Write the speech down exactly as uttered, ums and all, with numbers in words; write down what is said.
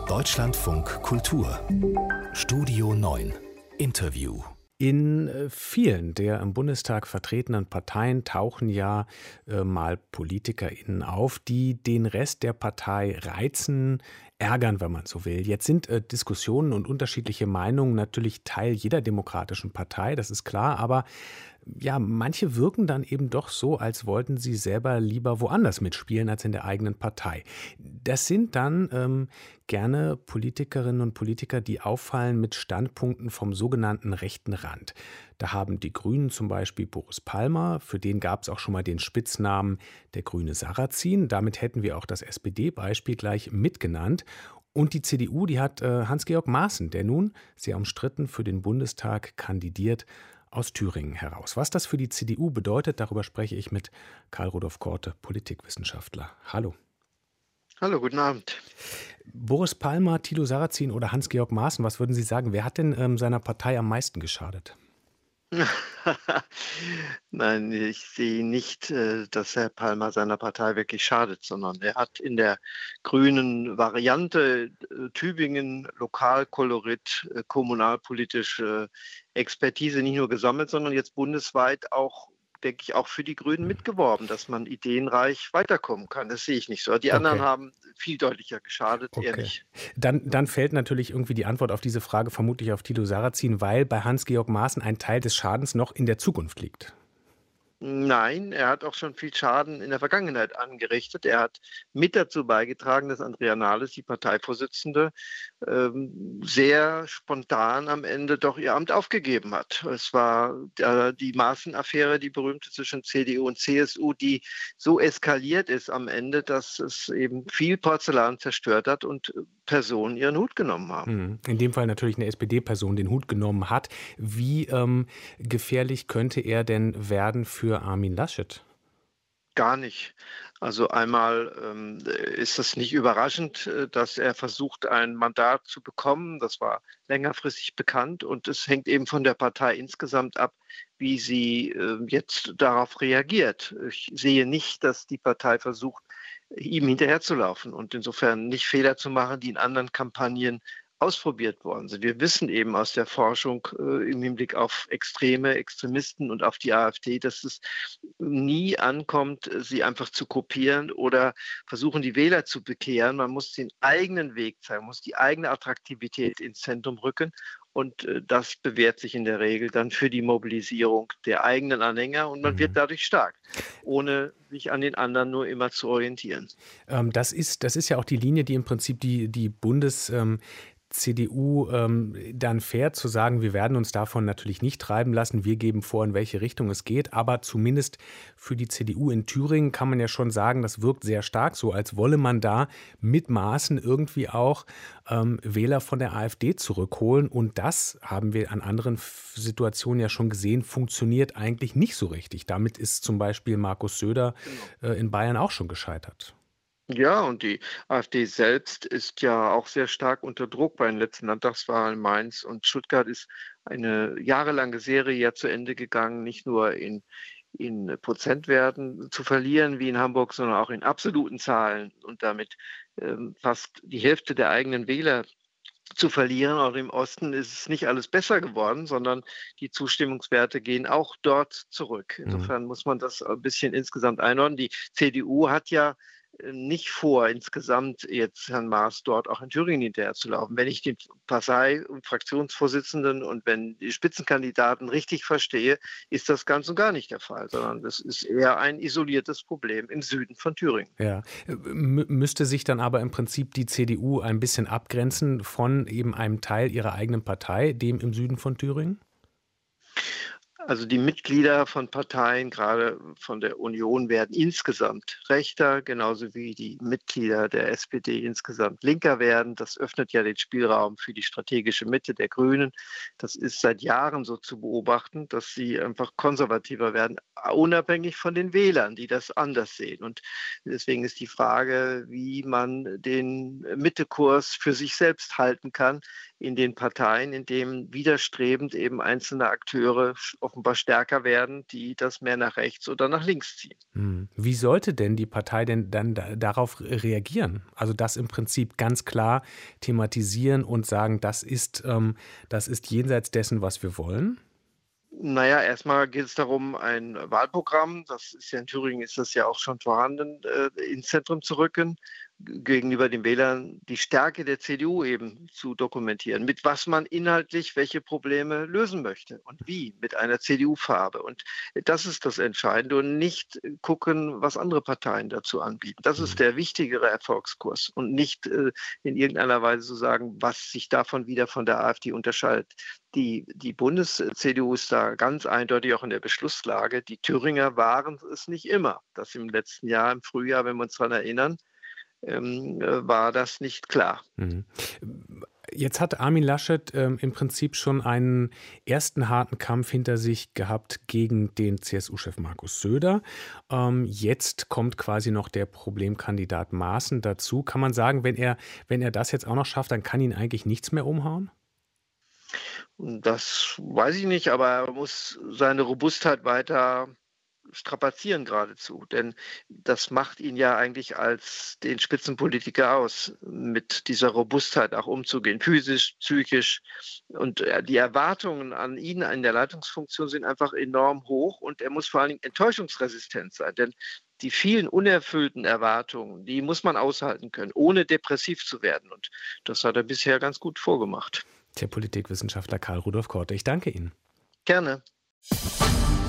Deutschlandfunk Kultur Studio neun Interview. In äh, vielen der im Bundestag vertretenen Parteien tauchen ja äh, mal PolitikerInnen auf, die den Rest der Partei reizen, ärgern, wenn man so will. Jetzt sind äh, Diskussionen und unterschiedliche Meinungen natürlich Teil jeder demokratischen Partei, das ist klar, aber ja, manche wirken dann eben doch so, als wollten sie selber lieber woanders mitspielen als in der eigenen Partei. Das sind dann ähm, gerne Politikerinnen und Politiker, die auffallen mit Standpunkten vom sogenannten rechten Rand. Da haben die Grünen zum Beispiel Boris Palmer, für den gab es auch schon mal den Spitznamen der grüne Sarrazin. Damit hätten wir auch das S P D-Beispiel gleich mitgenannt. Und die C D U, die hat äh, Hans-Georg Maaßen, der nun sehr umstritten für den Bundestag kandidiert, aus Thüringen heraus. Was das für die C D U bedeutet, darüber spreche ich mit Karl Rudolf Korte, Politikwissenschaftler. Hallo. Hallo, guten Abend. Boris Palmer, Thilo Sarrazin oder Hans-Georg Maaßen, was würden Sie sagen, wer hat denn ähm, seiner Partei am meisten geschadet? Nein, ich sehe nicht, äh, dass Herr Palmer seiner Partei wirklich schadet, sondern er hat in der grünen Variante äh, Tübingen Lokalkolorit, äh, kommunalpolitische Expertise nicht nur gesammelt, sondern jetzt bundesweit auch, denke ich, auch für die Grünen mitgeworben, dass man ideenreich weiterkommen kann. Das sehe ich nicht so. Die Okay. anderen haben viel deutlicher geschadet, Okay. er nicht. Dann, dann fällt natürlich irgendwie die Antwort auf diese Frage vermutlich auf Thilo Sarrazin, weil bei Hans-Georg Maaßen ein Teil des Schadens noch in der Zukunft liegt. Nein, er hat auch schon viel Schaden in der Vergangenheit angerichtet. Er hat mit dazu beigetragen, dass Andrea Nahles, die Parteivorsitzende, ähm, sehr spontan am Ende doch ihr Amt aufgegeben hat. Es war äh, die Maaßen-Affäre, die berühmte zwischen C D U und C S U, die so eskaliert ist am Ende, dass es eben viel Porzellan zerstört hat und Personen ihren Hut genommen haben. In dem Fall natürlich eine S P D-Person den Hut genommen hat. Wie ähm, gefährlich könnte er denn werden für Armin Laschet? Gar nicht. Also einmal ähm, ist es nicht überraschend, äh, dass er versucht, ein Mandat zu bekommen. Das war längerfristig bekannt und es hängt eben von der Partei insgesamt ab, wie sie äh, jetzt darauf reagiert. Ich sehe nicht, dass die Partei versucht, ihm hinterherzulaufen und insofern nicht Fehler zu machen, die in anderen Kampagnen ausprobiert worden sind. Wir wissen eben aus der Forschung äh, im Hinblick auf Extreme, Extremisten und auf die AfD, dass es nie ankommt, sie einfach zu kopieren oder versuchen, die Wähler zu bekehren. Man muss den eigenen Weg zeigen, muss die eigene Attraktivität ins Zentrum rücken. Und äh, das bewährt sich in der Regel dann für die Mobilisierung der eigenen Anhänger und man Mhm. wird dadurch stark, ohne sich an den anderen nur immer zu orientieren. Ähm, das ist, das ist ja auch die Linie, die im Prinzip die, die Bundes... Ähm C D U ähm, dann fährt, zu sagen, wir werden uns davon natürlich nicht treiben lassen, wir geben vor, in welche Richtung es geht, aber zumindest für die C D U in Thüringen kann man ja schon sagen, das wirkt sehr stark so, als wolle man da mit Maaßen irgendwie auch ähm, Wähler von der AfD zurückholen und das haben wir an anderen Situationen ja schon gesehen, funktioniert eigentlich nicht so richtig. Damit ist zum Beispiel Markus Söder äh, in Bayern auch schon gescheitert. Ja, und die AfD selbst ist ja auch sehr stark unter Druck. Bei den letzten Landtagswahlen Mainz und Stuttgart ist eine jahrelange Serie ja zu Ende gegangen, nicht nur in, in Prozentwerten zu verlieren wie in Hamburg, sondern auch in absoluten Zahlen und damit ähm, fast die Hälfte der eigenen Wähler zu verlieren. Auch im Osten ist es nicht alles besser geworden, sondern die Zustimmungswerte gehen auch dort zurück. Insofern muss man das ein bisschen insgesamt einordnen. Die C D U hat ja nicht vor, insgesamt jetzt Herrn Maas dort auch in Thüringen hinterherzulaufen. Wenn ich den Partei- und Fraktionsvorsitzenden und wenn die Spitzenkandidaten richtig verstehe, ist das ganz und gar nicht der Fall, sondern das ist eher ein isoliertes Problem im Süden von Thüringen. Ja, M- müsste sich dann aber im Prinzip die C D U ein bisschen abgrenzen von eben einem Teil ihrer eigenen Partei, dem im Süden von Thüringen? Also die Mitglieder von Parteien, gerade von der Union, werden insgesamt rechter, genauso wie die Mitglieder der S P D insgesamt linker werden. Das öffnet ja den Spielraum für die strategische Mitte der Grünen. Das ist seit Jahren so zu beobachten, dass sie einfach konservativer werden, unabhängig von den Wählern, die das anders sehen. Und deswegen ist die Frage, wie man den Mittekurs für sich selbst halten kann in den Parteien, in dem widerstrebend eben einzelne Akteure offenbar stärker werden, die das mehr nach rechts oder nach links ziehen. Hm. Wie sollte denn die Partei denn dann da, darauf reagieren? Also das im Prinzip ganz klar thematisieren und sagen, das ist, ähm, das ist jenseits dessen, was wir wollen? Naja, erstmal geht es darum, ein Wahlprogramm, das ist ja in Thüringen ist das ja auch schon vorhanden, äh, ins Zentrum zu rücken, g- gegenüber den Wählern die Stärke der C D U eben zu dokumentieren, mit was man inhaltlich welche Probleme lösen möchte und wie, mit einer C D U-Farbe. Und das ist das Entscheidende und nicht gucken, was andere Parteien dazu anbieten. Das ist der wichtigere Erfolgskurs und nicht äh, in irgendeiner Weise zu sagen, was sich davon wieder von der AfD unterscheidet. Die, die Bundes-C D U ist da ganz eindeutig auch in der Beschlusslage. Die Thüringer waren es nicht immer. Das im letzten Jahr, im Frühjahr, wenn wir uns daran erinnern, ähm, äh, war das nicht klar. Mhm. Jetzt hat Armin Laschet ähm, im Prinzip schon einen ersten harten Kampf hinter sich gehabt gegen den C S U-Chef Markus Söder. Ähm, jetzt kommt quasi noch der Problemkandidat Maaßen dazu. Kann man sagen, wenn er, wenn er das jetzt auch noch schafft, dann kann ihn eigentlich nichts mehr umhauen? Das weiß ich nicht, aber er muss seine Robustheit weiter strapazieren geradezu. Denn das macht ihn ja eigentlich als den Spitzenpolitiker aus, mit dieser Robustheit auch umzugehen, physisch, psychisch. Und äh, die Erwartungen an ihn in der Leitungsfunktion sind einfach enorm hoch und er muss vor allen Dingen enttäuschungsresistent sein. Denn die vielen unerfüllten Erwartungen, die muss man aushalten können, ohne depressiv zu werden. Und das hat er bisher ganz gut vorgemacht. Der Politikwissenschaftler Karl Rudolf Korte. Ich danke Ihnen. Gerne.